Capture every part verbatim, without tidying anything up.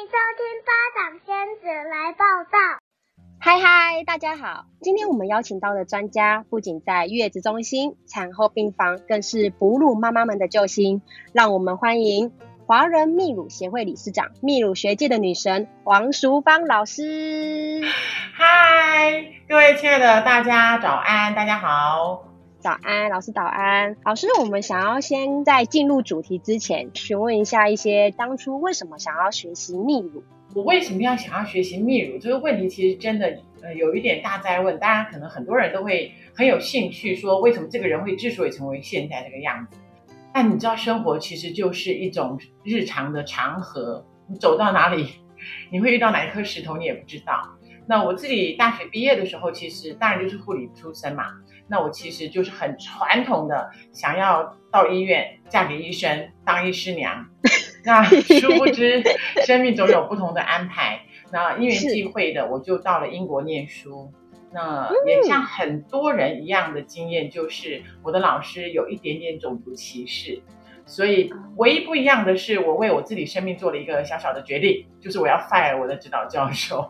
收听巴掌仙子来报道。 嗨嗨，大家好！今天我们邀请到的专家，不仅在月子中心、产后病房，更是哺乳妈妈们的救星。让我们欢迎华人泌乳协会理事长、泌乳学界的女神王淑芳老师。 嗨，各位亲爱的大家早安，大家好。 早安，老师早安。老师，我们想要先在进入主题之前，询问一下一些当初为什么想要学习泌乳？ 我为什么要想要学习泌乳这个问题，其实真的呃有一点大哉问，大家可能很多人都会很有兴趣说，为什么这个人会之所以成为现在这个样子？但你知道，生活其实就是一种日常的长河，你走到哪里，你会遇到哪一颗石头，你也不知道。那我自己大学毕业的时候，其实当然就是护理出身嘛。那我其实就是很传统的，想要到医院嫁给医生，当医师娘。那殊不知，生命总有不同的安排。那因缘际会的，我就到了英国念书。那也像很多人一样的经验，就是我的老师有一点点种族歧视。所以唯一不一样的是，我为我自己生命做了一个小小的决定，就是我要 fire 我的指导教授。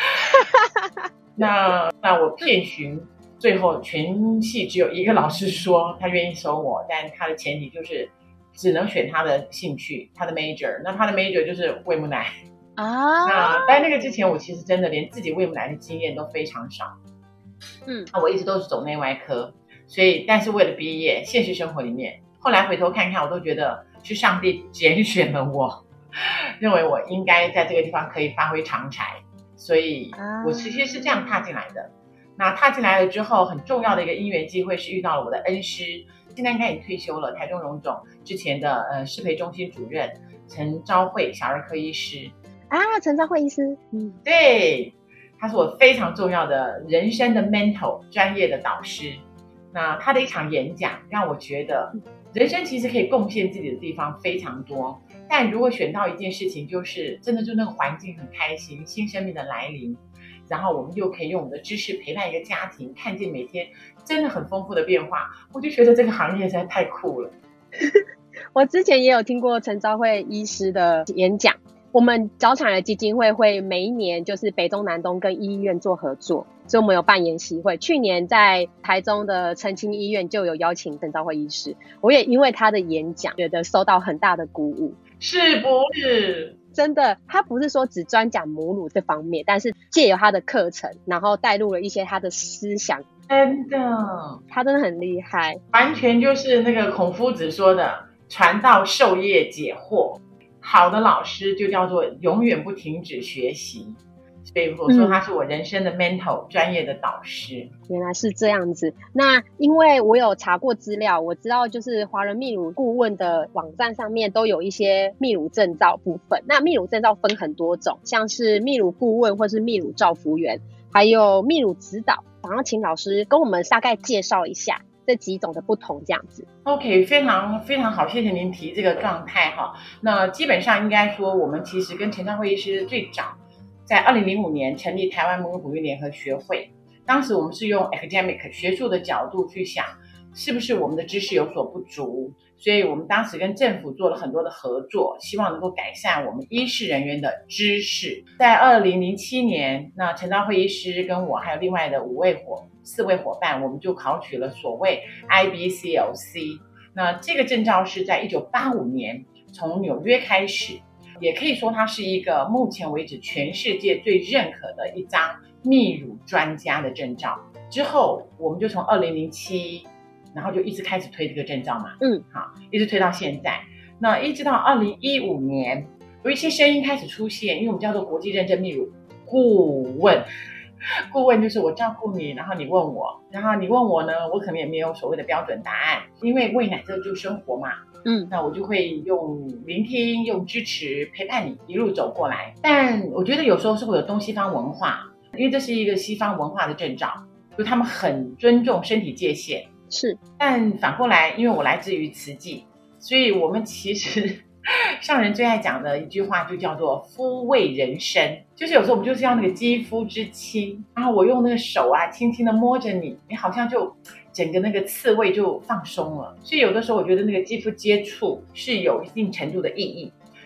那那我遍寻，最后全系只有一个老师说他愿意收我，但他的前提就是只能选他的兴趣，他的 major。那他的 major 就是喂母奶啊。那在那个之前，我其实真的连自己喂母奶的经验都非常少。嗯，那我一直都是走内外科，所以但是为了毕业，现实生活里面，后来回头看看，我都觉得是上帝拣选了我，认为我应该在这个地方可以发挥长才。所以我其实是这样踏进来的。那踏进来了之后，很重要的一个因缘机会是遇到了我的恩师，现在应该已经退休了，台中荣总之前的呃适培中心主任陈昭慧小儿科医师啊，陈昭慧医师， 嗯，对，他是我非常重要的人生的 mentor 专业的导师。那他的一场演讲让我觉得，人生其实可以贡献自己的地方非常多。但如果选到一件事情，就是真的就那个环境很开心，新生命的来临，然后我们又可以用我们的知识陪伴一个家庭，看见每天真的很丰富的变化，我就觉得这个行业实在太酷了。 我之前也有听过陈昭慧医师的演讲。我们早产儿基金会会每一年就是北中南东跟医院做合作，所以我们有办研习会。去年在台中的澄清医院就有邀请陈昭慧医师，我也因为他的演讲觉得受到很大的鼓舞。 是不是？ 真的，他不是说只专讲母乳这方面，但是借由他的课程，然后带入了一些他的思想。 真的， 他真的很厉害， 完全就是那个孔夫子说的传道授业解惑。好的老师就叫做永远不停止学习，所以我说他是我人生的 mentor、嗯、专业的导师。 原来是这样子。那因为我有查过资料，我知道就是华人泌乳顾问的网站上面都有一些泌乳证照部分。那泌乳证照分很多种，像是泌乳顾问或是泌乳照服员，还有泌乳指导。想要请老师跟我们大概介绍一下这几种的不同，这样子。 OK， 非常非常好，谢谢您提这个状态哈。那基本上应该说，我们其实跟陈昭慧医师最早在二零零五年成立台湾母乳哺育联合学会，当时我们是用 academic 学术的角度去想，是不是我们的知识有所不足，所以我们当时跟政府做了很多的合作，希望能够改善我们医事人员的知识。在二零零七年，那陈昭慧医师跟我还有另外的五位伙四位伙伴，我们就考取了所谓 I B C L C。 那这个证照是在一九八五年从纽约开始，也可以说它是一个目前为止全世界最认可的一张泌乳专家的证照。之后我们就从二零零七然后就一直开始推这个证照嘛，嗯，好，一直推到现在。那一直到二零一五年，有一些声音开始出现，因为我们叫做国际认证泌乳顾问。顾问就是我照顾你，然后你问我，然后你问我呢，我可能也没有所谓的标准答案，因为喂奶这就是生活嘛，嗯，那我就会用聆听、用支持陪伴你一路走过来。但我觉得有时候是会有东西方文化，因为这是一个西方文化的证照，就他们很尊重身体界限，是。但反过来，因为我来自于慈济，所以我们其实上人最爱讲的一句话就叫做肤为人身，就是有时候我们就是要那个肌肤之亲，然后我用那个手啊轻轻的摸着你，你好像就整个那个刺猬就放松了。所以有的时候我觉得那个肌肤接触是有一定程度的意义，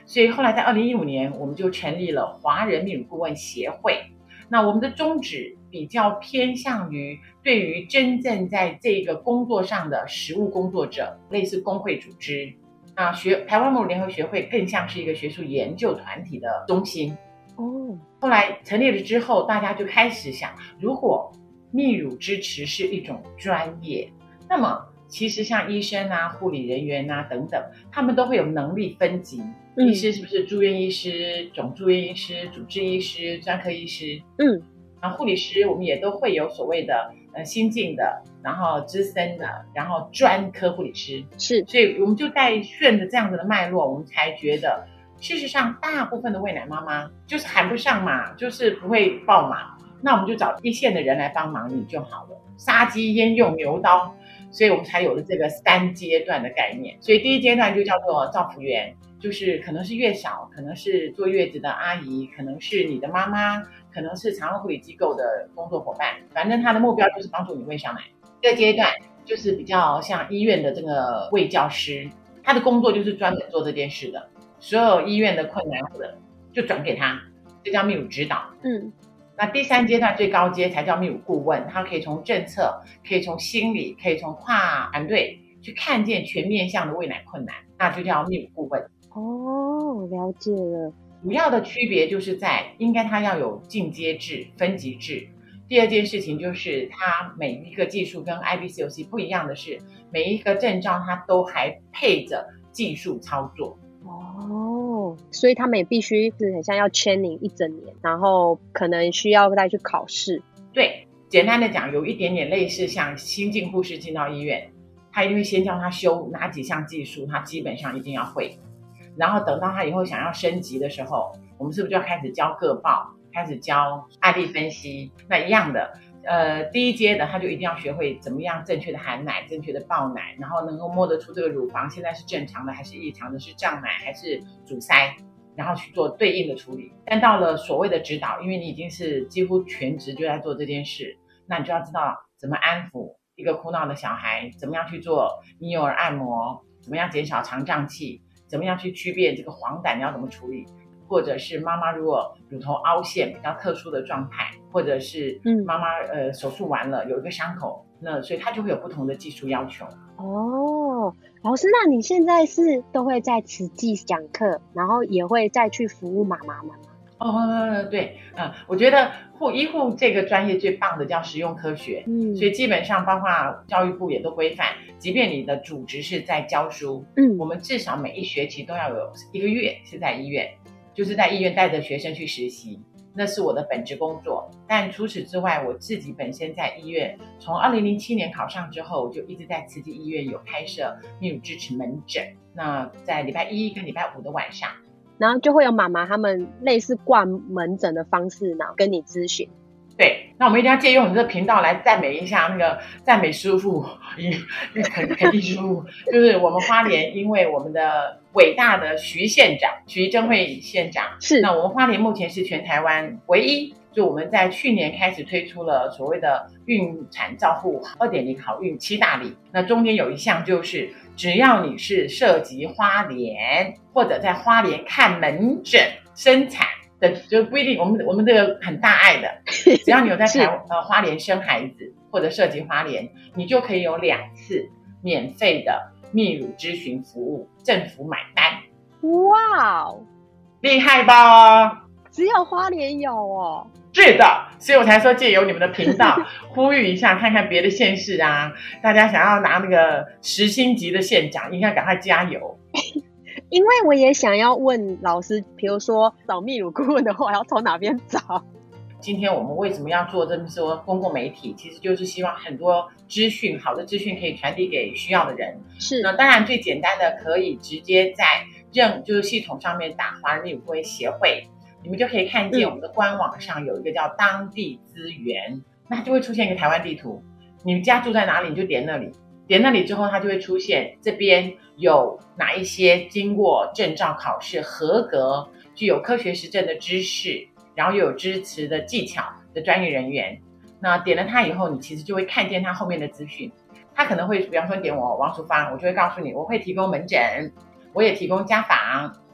所以后来在二零一五年，我们就成立了华人泌乳顾问协会。那我们的宗旨比较偏向于对于真正在这个工作上的实务工作者，类似工会组织。那学台湾泌乳联合学会更像是一个学术研究团体的中心。 哦， 后来成立了之后，大家就开始想，如果泌乳支持是一种专业，那么其实像医生啊、护理人员啊等等，他们都会有能力分级。 嗯医师是不是住院医师、总住院医师、主治医师、专科医师？ 嗯， 然后护理师我们也都会有所谓的呃新进的，然后资深的，然后专科护理师。 是， 所以我们就带顺着这样子的脉络，我们才觉得，事实上大部分的喂奶妈妈就是喊不上嘛，就是不会报马，那我们就找一线的人来帮忙你就好了，杀鸡焉用牛刀。所以我们才有了这个三阶段的概念。所以第一阶段就叫做照服员，就是可能是月嫂，可能是坐月子的阿姨，可能是你的妈妈，可能是产后护理机构的工作伙伴，反正他的目标就是帮助你喂上奶。这个阶段就是比较像医院的这个卫教师，他的工作就是专门做这件事的，所有医院的困难或者就转给他，这叫泌乳指导。 嗯， 那第三阶段最高阶才叫泌乳顾问，他可以从政策，可以从心理，可以从跨团队去看见全面向的喂奶困难，那就叫泌乳顾问。 哦，了解了。 主要的区别就是在应该它要有进阶制、分级制。第二件事情就是它每一个技术跟 I B C O C 不一样的是，每一个证照它都还配着技术操作。 哦，所以他们也必须是很像要 training 一整年，然后可能需要再去考试。 对，简单的讲，有一点点类似像新进护士进到医院，他一定会先教他修哪几项技术，他基本上一定要会。然后等到他以后想要升级的时候，我们是不是就要开始教个报，开始教案例分析？那一样的，呃，第一阶的他就一定要学会怎么样正确的含奶，正确的抱奶，然后能够摸得出这个乳房现在是正常的还是异常的，是胀奶还是阻塞，然后去做对应的处理。但到了所谓的指导，因为你已经是几乎全职就在做这件事，那你就要知道怎么安抚一个哭闹的小孩，怎么样去做婴幼儿按摩，怎么样减少肠胀气，怎么样去区别这个黄疸你要怎么处理，或者是妈妈如果乳头凹陷比较特殊的状态，或者是妈妈呃手术完了有一个伤口，那所以它就会有不同的技术要求。 哦，老师，那你现在是都会在慈济讲课，然后也会再去服务妈妈们吗？ 哦，对，嗯，我觉得护医护这个专业最棒的叫实用科学， 嗯， 所以基本上包括教育部也都规范，即便你的主职是在教书， 嗯， 我们至少每一学期都要有一个月是在医院，就是在医院带着学生去实习，那是我的本职工作。但除此之外，我自己本身在医院，从二零零七年考上之后，就一直在慈济医院有开设泌乳支持门诊，那在礼拜一跟礼拜五的晚上。 然后就会有妈妈他们类似挂门诊的方式，然后跟你咨询。 对，那我们一定要借用你这个频道来赞美一下那个赞美师傅，肯肯定师傅，就是我们花莲，因为我们的伟大的徐县长徐正惠县长， 是， 那我们花莲目前是全台湾唯一，就我们在去年开始推出了所谓的孕产照护 二点零 好孕七大礼，那中间有一项就是只要你是涉及花莲或者在花莲看门诊生产的，就不一定，我们我们这个很大爱的，只要你有在台呃花莲生孩子或者涉及花莲，你就可以有两次免费的泌乳咨询服务，政府买单。 哇哦， 厉害吧？ 只有花莲有哦。 是的，所以我才说借由你们的频道呼吁一下，看看别的县市啊，大家想要拿那个十星级的县长，应该赶快加油。 因为我也想要问老师，比如说找泌乳顾问的话，要从哪边找？ 今天我们为什么要做这么说公共媒体？其实就是希望很多资讯，好的资讯可以传递给需要的人。 是， 那当然最简单的，可以直接在任就是系统上面打华人泌乳顾问协会，你们就可以看见我们的官网上有一个叫当地资源，那它就会出现一个台湾地图。你们家住在哪里，你就点那里，点那里之后，它就会出现这边有哪一些经过证照考试合格、具有科学实证的知识，然后又有支持的技巧的专业人员。那点了它以后，你其实就会看见它后面的资讯。它可能会，比方说点我王淑芳，我就会告诉你，我会提供门诊，我也提供家访，好，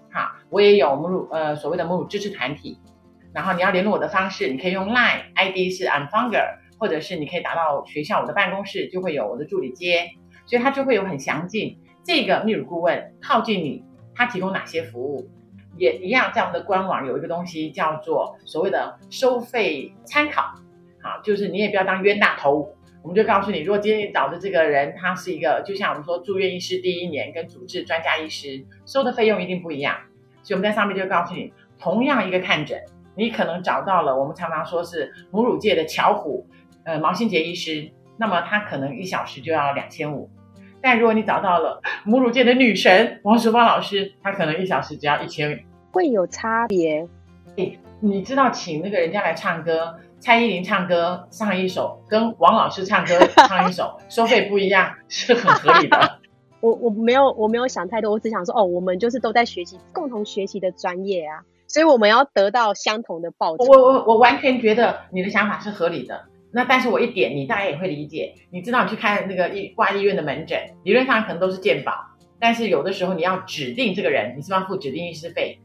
我也有母乳呃所谓的母乳支持团体，然后你要联络我的方式，你可以用 Line I D 是 Unfunger， 或者是你可以打到学校我的办公室，就会有我的助理接，所以他就会有很详尽这个泌乳顾问靠近你，他提供哪些服务。也一样，在我们的官网有一个东西叫做所谓的收费参考，好，就是你也不要当冤大头，我们就告诉你，如果今天你找的这个人他是一个，就像我们说住院医师第一年跟主治专家医师收的费用一定不一样，所以我们在上面就告诉你，同样一个看诊，你可能找到了我们常常说是母乳界的巧虎，呃，毛新杰医师，那么他可能一小时就要两千五。但如果你找到了母乳界的女神王淑芳老师，她可能一小时只要一千五， 会有差别。 你知道请那个人家来唱歌，蔡依林唱歌唱一首，跟王老师唱歌唱一首，收费不一样，是很合理的。 我我没有我没有想太多，我只想说，哦，我们就是都在学习，共同学习的专业啊，所以我们要得到相同的报酬。 我我我完全觉得你的想法是合理的。那但是我一点你大概也会理解，你知道你去看那个医挂医院的门诊，理论上可能都是健保，但是有的时候你要指定这个人，你是不是要付指定医师费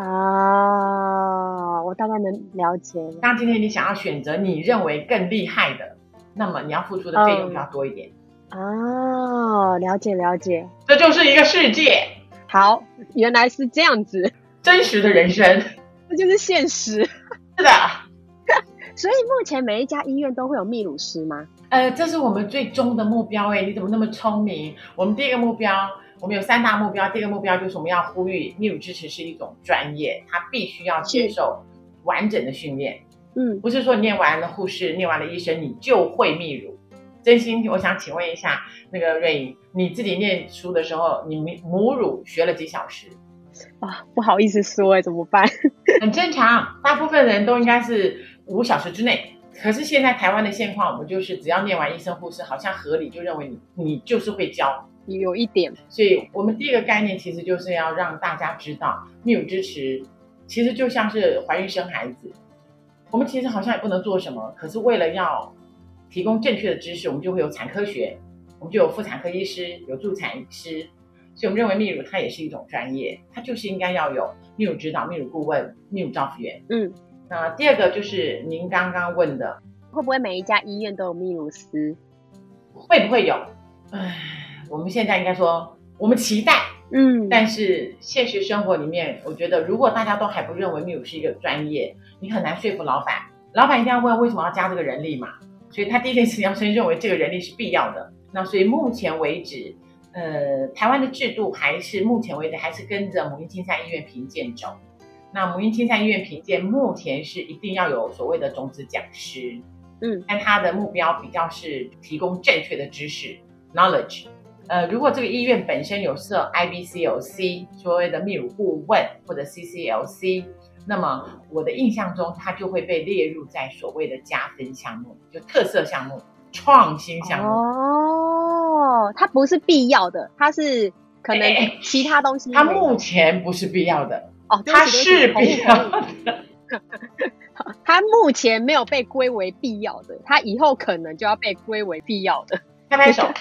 啊？我大概能了解了。 当今天你想要选择你认为更厉害的，那么你要付出的费用就要多一点。 哦，了解了解， 这就是一个世界。 好，原来是这样子， 真实的人生， 这就是现实。 是的。 所以目前每一家医院都会有泌乳师吗？ 呃，这是我们最终的目标。哎，你怎么那么聪明？我们第一个目标，我们有三大目标。第一个目标就是我们要呼吁泌乳支持是一种专业，它必须要接受完整的训练。嗯，不是说念完了护士，念完了医生，你就会泌乳。真心，我想请问一下，那个瑞颖，你自己念书的时候，你母乳学了几小时？ 啊，不好意思说，哎，怎么办？ 很正常，大部分人都应该是五小时之内。可是现在台湾的现况，我们就是只要念完医生护士，好像合理，就认为你你就是会教， 有一点。 所以我们第一个概念其实就是要让大家知道，泌乳支持其实就像是怀孕生孩子，我们其实好像也不能做什么，可是为了要提供正确的知识，我们就会有产科学，我们就有妇产科医师，有助产医师，所以我们认为泌乳它也是一种专业，它就是应该要有泌乳指导、泌乳顾问、泌乳照护员。嗯。那第二个就是您刚刚问的， 会不会每一家医院都有泌乳师？ 会不会有？唉，我们现在应该说，我们期待，嗯，但是现实生活里面，我觉得如果大家都还不认为泌乳是一个专业，你很难说服老板。老板一定要问为什么要加这个人力嘛，所以他第一件事情要先认为这个人力是必要的。那所以目前为止，呃，台湾的制度还是目前为止还是跟着母婴亲善医院评鉴走。那母婴亲善医院评鉴目前是一定要有所谓的种子讲师，嗯，但他的目标比较是提供正确的知识 knowledge。呃，如果这个医院本身有设 I B C L C 所谓的泌乳顾问或者 C C L C， 那么我的印象中它就会被列入在所谓的加分项目，就特色项目、创新项目。 哦，它不是必要的，它是可能其他东西。 它目前不是必要的。哦，它是必要的， 它目前没有被归为必要的，它以后可能就要被归为必要的。 拍拍手。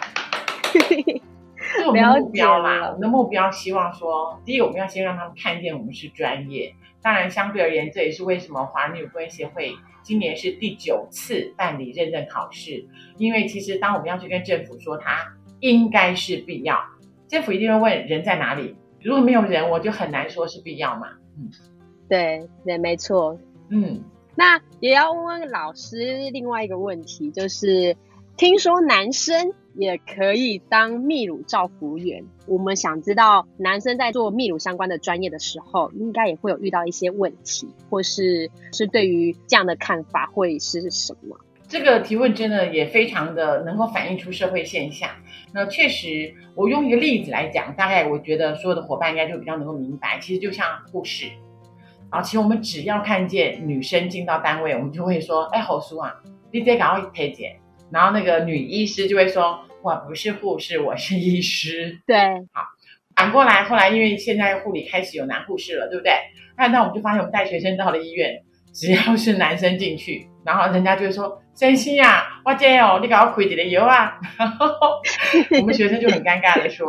是我们的目标啦，我们的目标希望说，第一个我们要先让他们看见我们是专业。当然，相对而言，这也是为什么华人泌乳顾问协会今年是第九次办理认证考试，因为其实当我们要去跟政府说它应该是必要，政府一定会问人在哪里。如果没有人，我就很难说是必要嘛。嗯， 对对，没错。嗯，那也要问问老师另外一个问题，就是听说男生也可以当泌乳照服员，我们想知道男生在做泌乳相关的专业的时候，应该也会有遇到一些问题，或是是对于这样的看法会是什么？ 这个提问真的也非常的能够反映出社会现象。那确实，我用一个例子来讲，大概我觉得所有的伙伴应该就比较能够明白。其实就像护士，啊，其实我们只要看见女生进到单位，我们就会说，哎，好叔啊，你得赶快推荐。然后那个女医师就会说，哇，不是护士，我是医师。 对， 好，反过来，后来因为现在护理开始有男护士了，对不对？那那我们就发现，我们带学生到了医院，只要是男生进去，然后人家就会说，先生啊，我这哦，你给我开一个药啊。然后我们学生就很尴尬的说，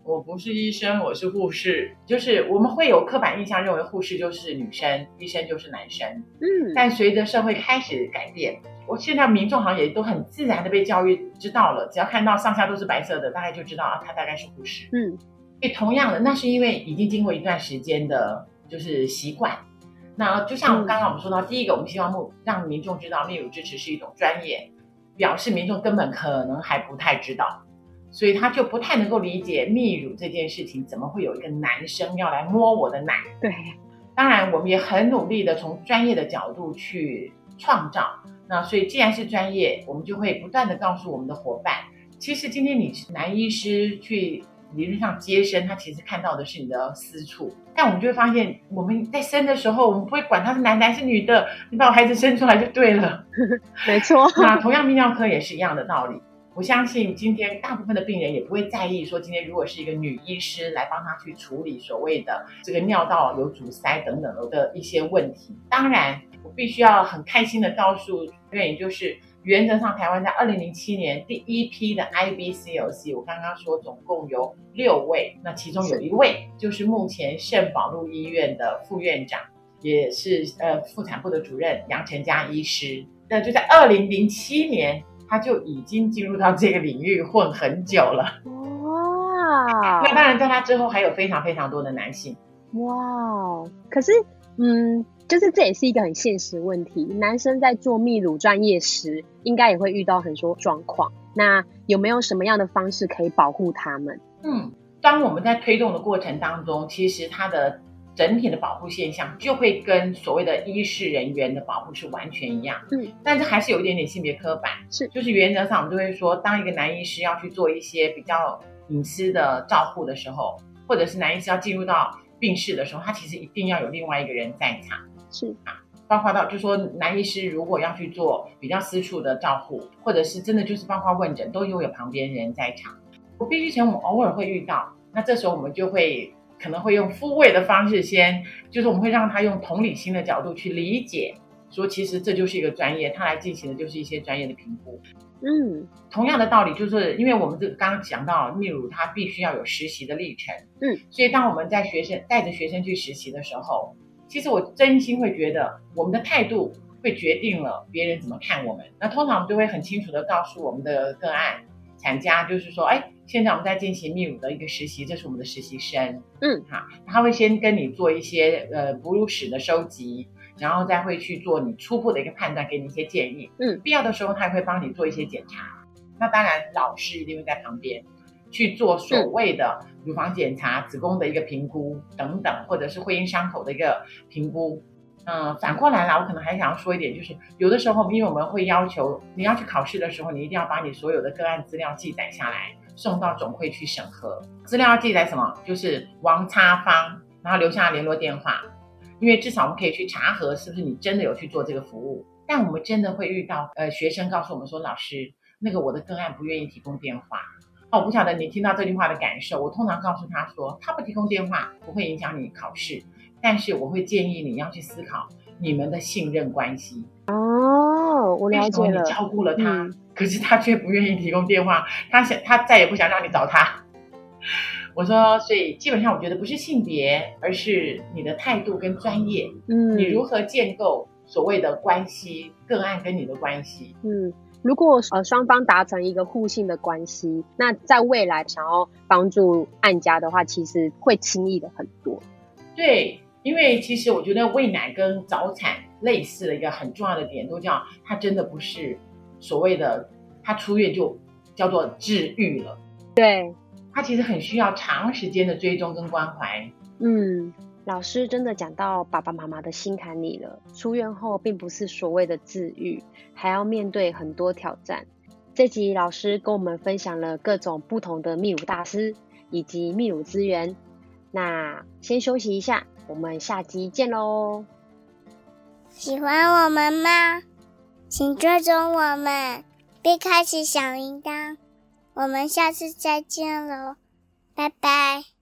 我不是医生，我是护士，就是我们会有刻板印象认为护士就是女生，医生就是男生。 嗯， 但随着社会开始改变，我现在民众好像也都很自然的被教育知道了，只要看到上下都是白色的，大概就知道啊，他大概是护士。 嗯， 所以同样的，那是因为已经经过一段时间的就是习惯。那就像刚刚我们说到，嗯、第一个我们希望让民众知道泌乳支持是一种专业，表示民众根本可能还不太知道，所以他就不太能够理解泌乳这件事情，怎么会有一个男生要来摸我的奶。 对， 当然我们也很努力的从专业的角度去创造，那所以既然是专业，我们就会不断的告诉我们的伙伴，其实今天你是男医师去理论上接生，他其实看到的是你的私处，但我们就会发现我们在生的时候，我们不会管他是男的还是女的，你把我孩子生出来就对了。 没错。 那同样泌尿科也是一样的道理，我相信今天大部分的病人也不会在意说今天如果是一个女医师来帮他去处理所谓的这个尿道有阻塞等等的一些问题。当然我必须要很开心的告诉原因，就是原则上台湾在二零零七年第一批的 I B C L C， 我刚刚说总共有六位，那其中有一位就是目前圣保禄医院的副院长，也是呃妇产部的主任杨成佳医师。那就在二零零七年他就已经进入到这个领域混很久了。哇！那当然在他之后还有非常非常多的男性。 哇！可是嗯就是这也是一个很现实问题，男生在做泌乳专业时应该也会遇到很多状况，那有没有什么样的方式可以保护他们？ 嗯，当我们在推动的过程当中，其实它的整体的保护现象就会跟所谓的医事人员的保护是完全一样。嗯，但是还是有一点点性别刻板， 是就是原则上我们就会说，当一个男医师要去做一些比较隐私的照护的时候，或者是男医师要进入到病室的时候，他其实一定要有另外一个人在场。 是啊，包括到就说男医师如果要去做比较私处的照护，或者是真的就是包括问诊，都会有旁边人在场。我必须承认我们偶尔会遇到，那这时候我们就会可能会用抚慰的方式先，就是我们会让他用同理心的角度去理解，说其实这就是一个专业，他来进行的就是一些专业的评估。嗯，同样的道理，就是因为我们这个刚刚讲到泌乳它必须要有实习的历程。嗯，所以当我们在学生带着学生去实习的时候，其实我真心会觉得我们的态度会决定了别人怎么看我们。那通常我们就会很清楚的告诉我们的个案产家，就是说哎，现在我们在进行泌乳的一个实习，这是我们的实习生。嗯，好，他会先跟你做一些呃哺乳史的收集，然后再会去做你初步的一个判断，给你一些建议。嗯，必要的时候他也会帮你做一些检查。那当然老师一定会在旁边去做所谓的乳房检查、子宫的一个评估等等，或者是会阴伤口的一个评估。嗯，反过来啦，我可能还想要说一点，就是有的时候因为我们会要求你要去考试的时候，你一定要把你所有的个案资料记载下来，送到总会去审核。资料要记载什么？就是王叉方，然后留下联络电话，因为至少我们可以去查核是不是你真的有去做这个服务。但我们真的会遇到呃学生告诉我们说，老师，那个我的个案不愿意提供电话。我不晓得你听到这句话的感受，我通常告诉他说，他不提供电话不会影响你考试，但是我会建议你要去思考你们的信任关系。 哦，我了解了。 你照顾了他、嗯、可是他却不愿意提供电话，他想他再也不想让你找他。我说，所以基本上我觉得不是性别，而是你的态度跟专业。嗯，你如何建构所谓的关系，个案跟你的关系。 嗯，如果呃双方达成一个互信的关系，那在未来想要帮助案家的话，其实会轻易的很多。 对，因为其实我觉得喂奶跟早产类似的一个很重要的点，都叫它真的不是所谓的它出院就叫做治愈了。 对， 它其实很需要长时间的追踪跟关怀。 嗯，老师真的讲到爸爸妈妈的心坎里了。出院后并不是所谓的治愈，还要面对很多挑战。这集老师跟我们分享了各种不同的泌乳大师以及泌乳资源。那先休息一下，我们下集见咯。 喜欢我们吗？请追踪我们并开启小铃铛，我们下次再见咯，拜拜。